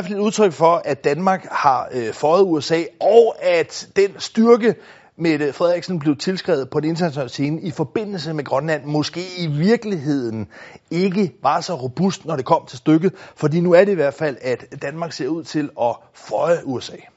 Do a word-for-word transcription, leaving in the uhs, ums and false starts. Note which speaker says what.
Speaker 1: Et udtryk for, at Danmark har øh, fået U S A, og at den styrke, Mette Frederiksen blev tilskrevet på den internationale scene i forbindelse med Grønland, måske i virkeligheden ikke var så robust, når det kom til stykket. Fordi nu er det i hvert fald, at Danmark ser ud til at føje U S A.